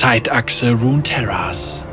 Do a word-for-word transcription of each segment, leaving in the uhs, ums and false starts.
Zeitachse Runeterras.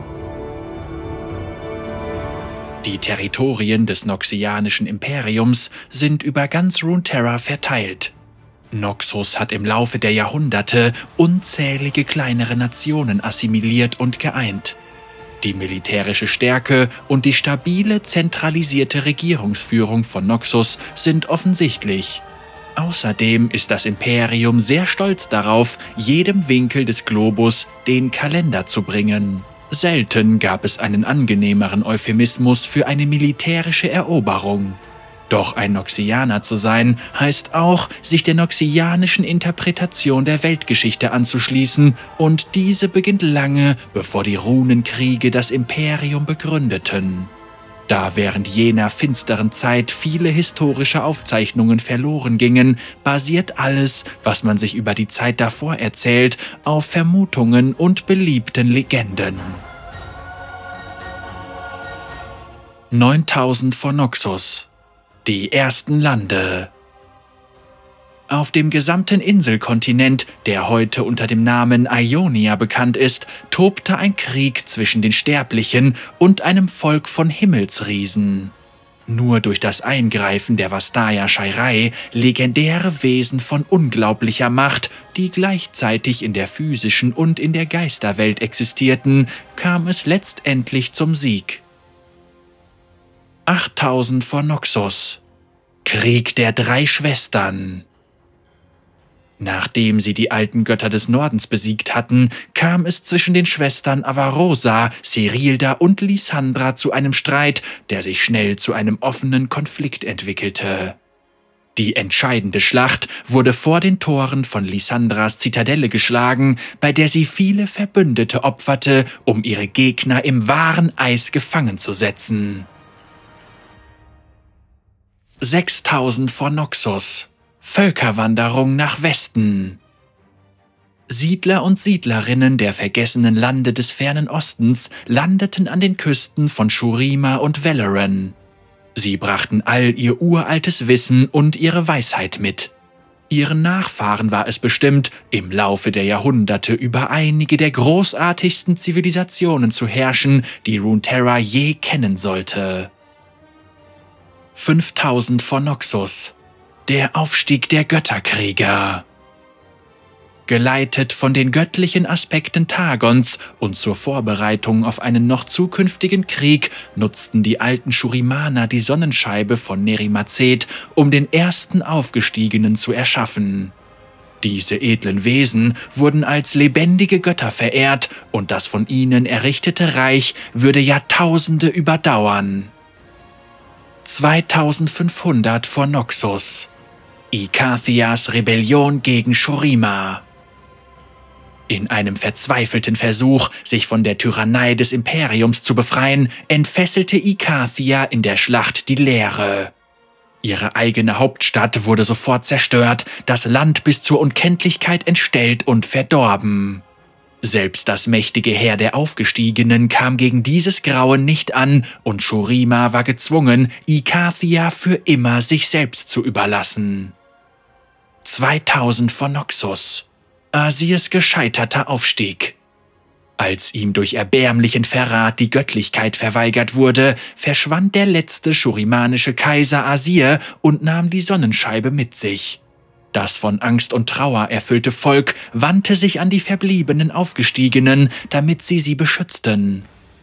Die Territorien des noxianischen Imperiums sind über ganz Runeterra verteilt. Noxus hat im Laufe der Jahrhunderte unzählige kleinere Nationen assimiliert und geeint. Die militärische Stärke und die stabile, zentralisierte Regierungsführung von Noxus sind offensichtlich. Außerdem ist das Imperium sehr stolz darauf, jedem Winkel des Globus den Kalender zu bringen. Selten gab es einen angenehmeren Euphemismus für eine militärische Eroberung. Doch ein Noxianer zu sein, heißt auch, sich der noxianischen Interpretation der Weltgeschichte anzuschließen, und diese beginnt lange, bevor die Runenkriege das Imperium begründeten. Da während jener finsteren Zeit viele historische Aufzeichnungen verloren gingen, basiert alles, was man sich über die Zeit davor erzählt, auf Vermutungen und beliebten Legenden. neuntausend vor Noxus. Die ersten Lande. Auf dem gesamten Inselkontinent, der heute unter dem Namen Ionia bekannt ist, tobte ein Krieg zwischen den Sterblichen und einem Volk von Himmelsriesen. Nur durch das Eingreifen der Vastaya Shairai, legendäre Wesen von unglaublicher Macht, die gleichzeitig in der physischen und in der Geisterwelt existierten, kam es letztendlich zum Sieg. achttausend vor Noxus. Krieg der drei Schwestern. Nachdem sie die alten Götter des Nordens besiegt hatten, kam es zwischen den Schwestern Avarosa, Serilda und Lysandra zu einem Streit, der sich schnell zu einem offenen Konflikt entwickelte. Die entscheidende Schlacht wurde vor den Toren von Lysandras Zitadelle geschlagen, bei der sie viele Verbündete opferte, um ihre Gegner im wahren Eis gefangen zu setzen. sechstausend vor Noxus. Völkerwanderung nach Westen. Siedler und Siedlerinnen der vergessenen Lande des fernen Ostens landeten an den Küsten von Shurima und Valoran. Sie brachten all ihr uraltes Wissen und ihre Weisheit mit. Ihren Nachfahren war es bestimmt, im Laufe der Jahrhunderte über einige der großartigsten Zivilisationen zu herrschen, die Runeterra je kennen sollte. fünftausend vor Noxus. Der Aufstieg der Götterkrieger. Geleitet von den göttlichen Aspekten Targons und zur Vorbereitung auf einen noch zukünftigen Krieg nutzten die alten Shurimaner die Sonnenscheibe von Nerimazet, um den ersten Aufgestiegenen zu erschaffen. Diese edlen Wesen wurden als lebendige Götter verehrt, und das von ihnen errichtete Reich würde Jahrtausende überdauern. zweitausendfünfhundert vor Noxus. Ikathias Rebellion gegen Shurima. In einem verzweifelten Versuch, sich von der Tyrannei des Imperiums zu befreien, entfesselte Ikathia in der Schlacht die Leere. Ihre eigene Hauptstadt wurde sofort zerstört, das Land bis zur Unkenntlichkeit entstellt und verdorben. Selbst das mächtige Heer der Aufgestiegenen kam gegen dieses Grauen nicht an, und Shurima war gezwungen, Ikathia für immer sich selbst zu überlassen. zweitausend vor Noxus. Asirs gescheiterter Aufstieg. Als ihm durch erbärmlichen Verrat die Göttlichkeit verweigert wurde, verschwand der letzte shurimanische Kaiser Asir und nahm die Sonnenscheibe mit sich. Das von Angst und Trauer erfüllte Volk wandte sich an die verbliebenen Aufgestiegenen, damit sie sie beschützten.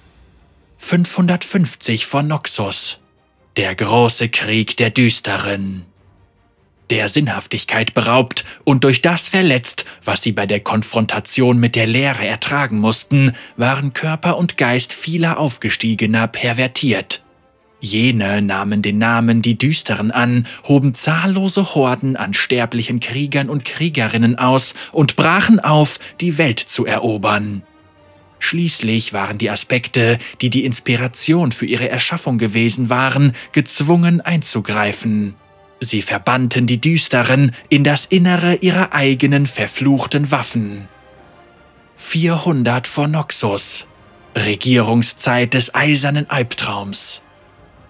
fünfhundertfünfzig vor Noxus. Der große Krieg der Düsteren. Der Sinnhaftigkeit beraubt und durch das verletzt, was sie bei der Konfrontation mit der Leere ertragen mussten, waren Körper und Geist vieler Aufgestiegener pervertiert. Jene nahmen den Namen die Düsteren an, hoben zahllose Horden an sterblichen Kriegern und Kriegerinnen aus und brachen auf, die Welt zu erobern. Schließlich waren die Aspekte, die die Inspiration für ihre Erschaffung gewesen waren, gezwungen einzugreifen. Sie verbannten die Düsteren in das Innere ihrer eigenen verfluchten Waffen. vierhundert vor Noxus. Regierungszeit des eisernen Albtraums.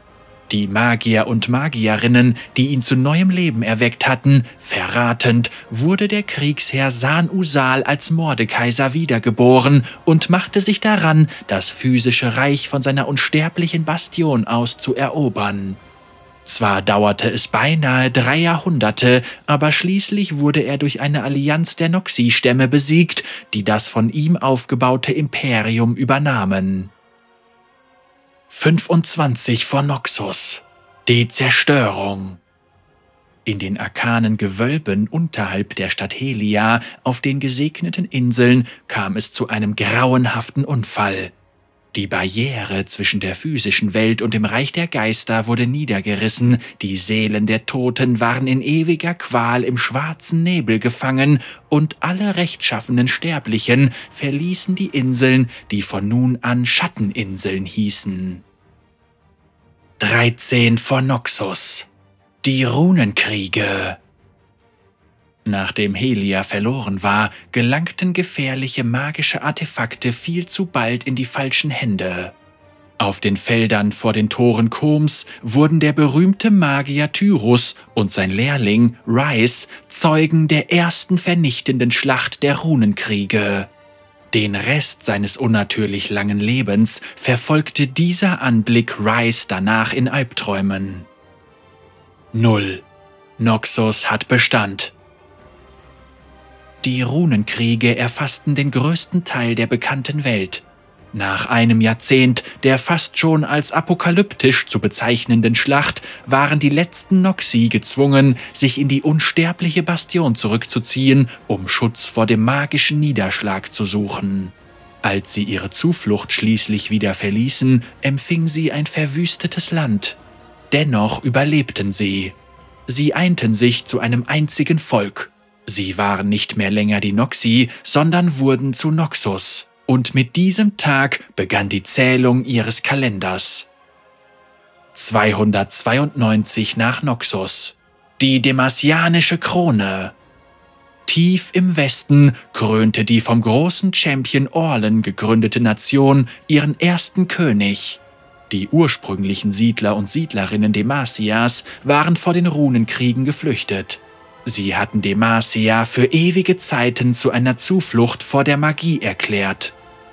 Die Magier und Magierinnen, die ihn zu neuem Leben erweckt hatten, verratend, wurde der Kriegsherr San-Usal als Mordekaiser wiedergeboren und machte sich daran, das physische Reich von seiner unsterblichen Bastion aus zu erobern. Zwar dauerte es beinahe drei Jahrhunderte, aber schließlich wurde er durch eine Allianz der Noxie-Stämme besiegt, die das von ihm aufgebaute Imperium übernahmen. fünfundzwanzig vor Noxus. Die Zerstörung. In den arkanen Gewölben unterhalb der Stadt Helia auf den gesegneten Inseln kam es zu einem grauenhaften Unfall. Die Barriere zwischen der physischen Welt und dem Reich der Geister wurde niedergerissen, die Seelen der Toten waren in ewiger Qual im schwarzen Nebel gefangen und alle rechtschaffenen Sterblichen verließen die Inseln, die von nun an Schatteninseln hießen. dreizehn vor Noxus. Die Runenkriege. Nachdem Helia verloren war, gelangten gefährliche magische Artefakte viel zu bald in die falschen Hände. Auf den Feldern vor den Toren Koms wurden der berühmte Magier Tyrus und sein Lehrling Rice Zeugen der ersten vernichtenden Schlacht der Runenkriege. Den Rest seines unnatürlich langen Lebens verfolgte dieser Anblick Rice danach in Albträumen. Null. Noxus hat Bestand. Die Runenkriege erfassten den größten Teil der bekannten Welt. Nach einem Jahrzehnt der fast schon als apokalyptisch zu bezeichnenden Schlacht waren die letzten Noxie gezwungen, sich in die unsterbliche Bastion zurückzuziehen, um Schutz vor dem magischen Niederschlag zu suchen. Als sie ihre Zuflucht schließlich wieder verließen, empfing sie ein verwüstetes Land. Dennoch überlebten sie. Sie einten sich zu einem einzigen Volk. Sie waren nicht mehr länger die Noxie, sondern wurden zu Noxus. Und mit diesem Tag begann die Zählung ihres Kalenders. zweihundertzweiundneunzig nach Noxus. Die Demacianische Krone. Tief im Westen krönte die vom großen Champion Orlan gegründete Nation ihren ersten König. Die ursprünglichen Siedler und Siedlerinnen Demacias waren vor den Runenkriegen geflüchtet. Sie hatten Demacia für ewige Zeiten zu einer Zuflucht vor der Magie erklärt.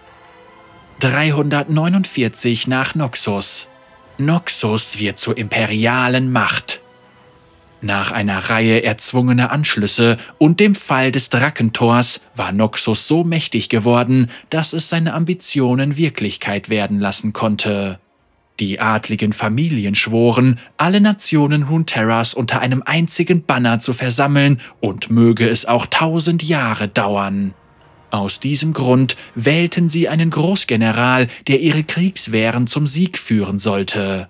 dreihundertneunundvierzig nach Noxus. Noxus wird zur imperialen Macht. Nach einer Reihe erzwungener Anschlüsse und dem Fall des Drakentors war Noxus so mächtig geworden, dass es seine Ambitionen Wirklichkeit werden lassen konnte. Die adligen Familien schworen, alle Nationen Runeterras unter einem einzigen Banner zu versammeln und möge es auch tausend Jahre dauern. Aus diesem Grund wählten sie einen Großgeneral, der ihre Kriegswehren zum Sieg führen sollte.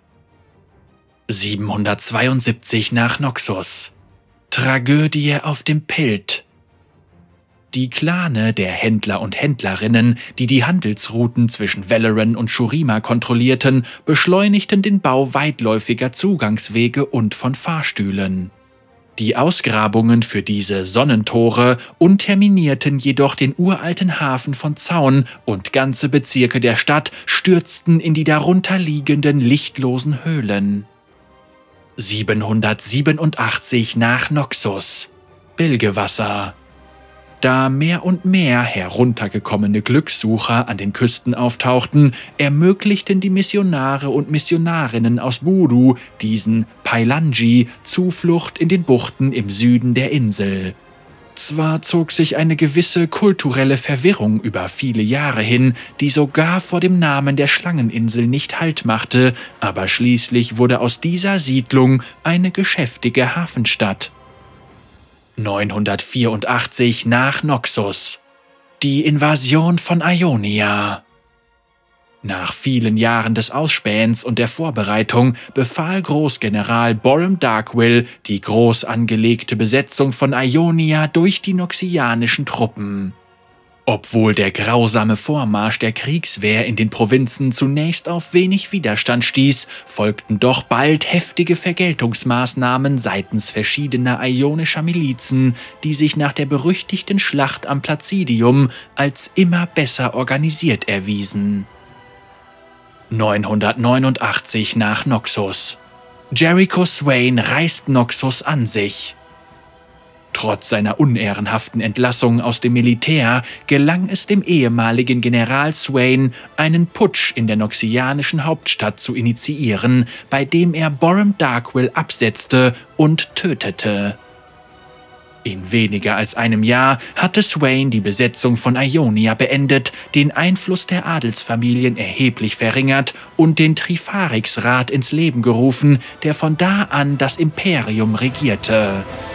siebenhundertzweiundsiebzig nach Noxus. Tragödie auf dem Pild. Die Clane der Händler und Händlerinnen, die die Handelsrouten zwischen Valoran und Shurima kontrollierten, beschleunigten den Bau weitläufiger Zugangswege und von Fahrstühlen. Die Ausgrabungen für diese Sonnentore unterminierten jedoch den uralten Hafen von Zaun und ganze Bezirke der Stadt stürzten in die darunter liegenden lichtlosen Höhlen. siebenhundertsiebenundachtzig nach Noxus. Bilgewasser. Da mehr und mehr heruntergekommene Glückssucher an den Küsten auftauchten, ermöglichten die Missionare und Missionarinnen aus Budu diesen Pailangi Zuflucht in den Buchten im Süden der Insel. Zwar zog sich eine gewisse kulturelle Verwirrung über viele Jahre hin, die sogar vor dem Namen der Schlangeninsel nicht Halt machte, aber schließlich wurde aus dieser Siedlung eine geschäftige Hafenstadt. neunhundertvierundachtzig nach Noxus. Die Invasion von Ionia. Nach vielen Jahren des Ausspähens und der Vorbereitung befahl Großgeneral Borim Darkwill die groß angelegte Besetzung von Ionia durch die noxianischen Truppen. Obwohl der grausame Vormarsch der Kriegswehr in den Provinzen zunächst auf wenig Widerstand stieß, folgten doch bald heftige Vergeltungsmaßnahmen seitens verschiedener ionischer Milizen, die sich nach der berüchtigten Schlacht am Placidium als immer besser organisiert erwiesen. neunhundertneunundachtzig nach Noxus. Jericho Swain reißt Noxus an sich. Trotz seiner unehrenhaften Entlassung aus dem Militär gelang es dem ehemaligen General Swain, einen Putsch in der noxianischen Hauptstadt zu initiieren, bei dem er Boram Darkwill absetzte und tötete. In weniger als einem Jahr hatte Swain die Besetzung von Ionia beendet, den Einfluss der Adelsfamilien erheblich verringert und den Trifarix-Rat ins Leben gerufen, der von da an das Imperium regierte.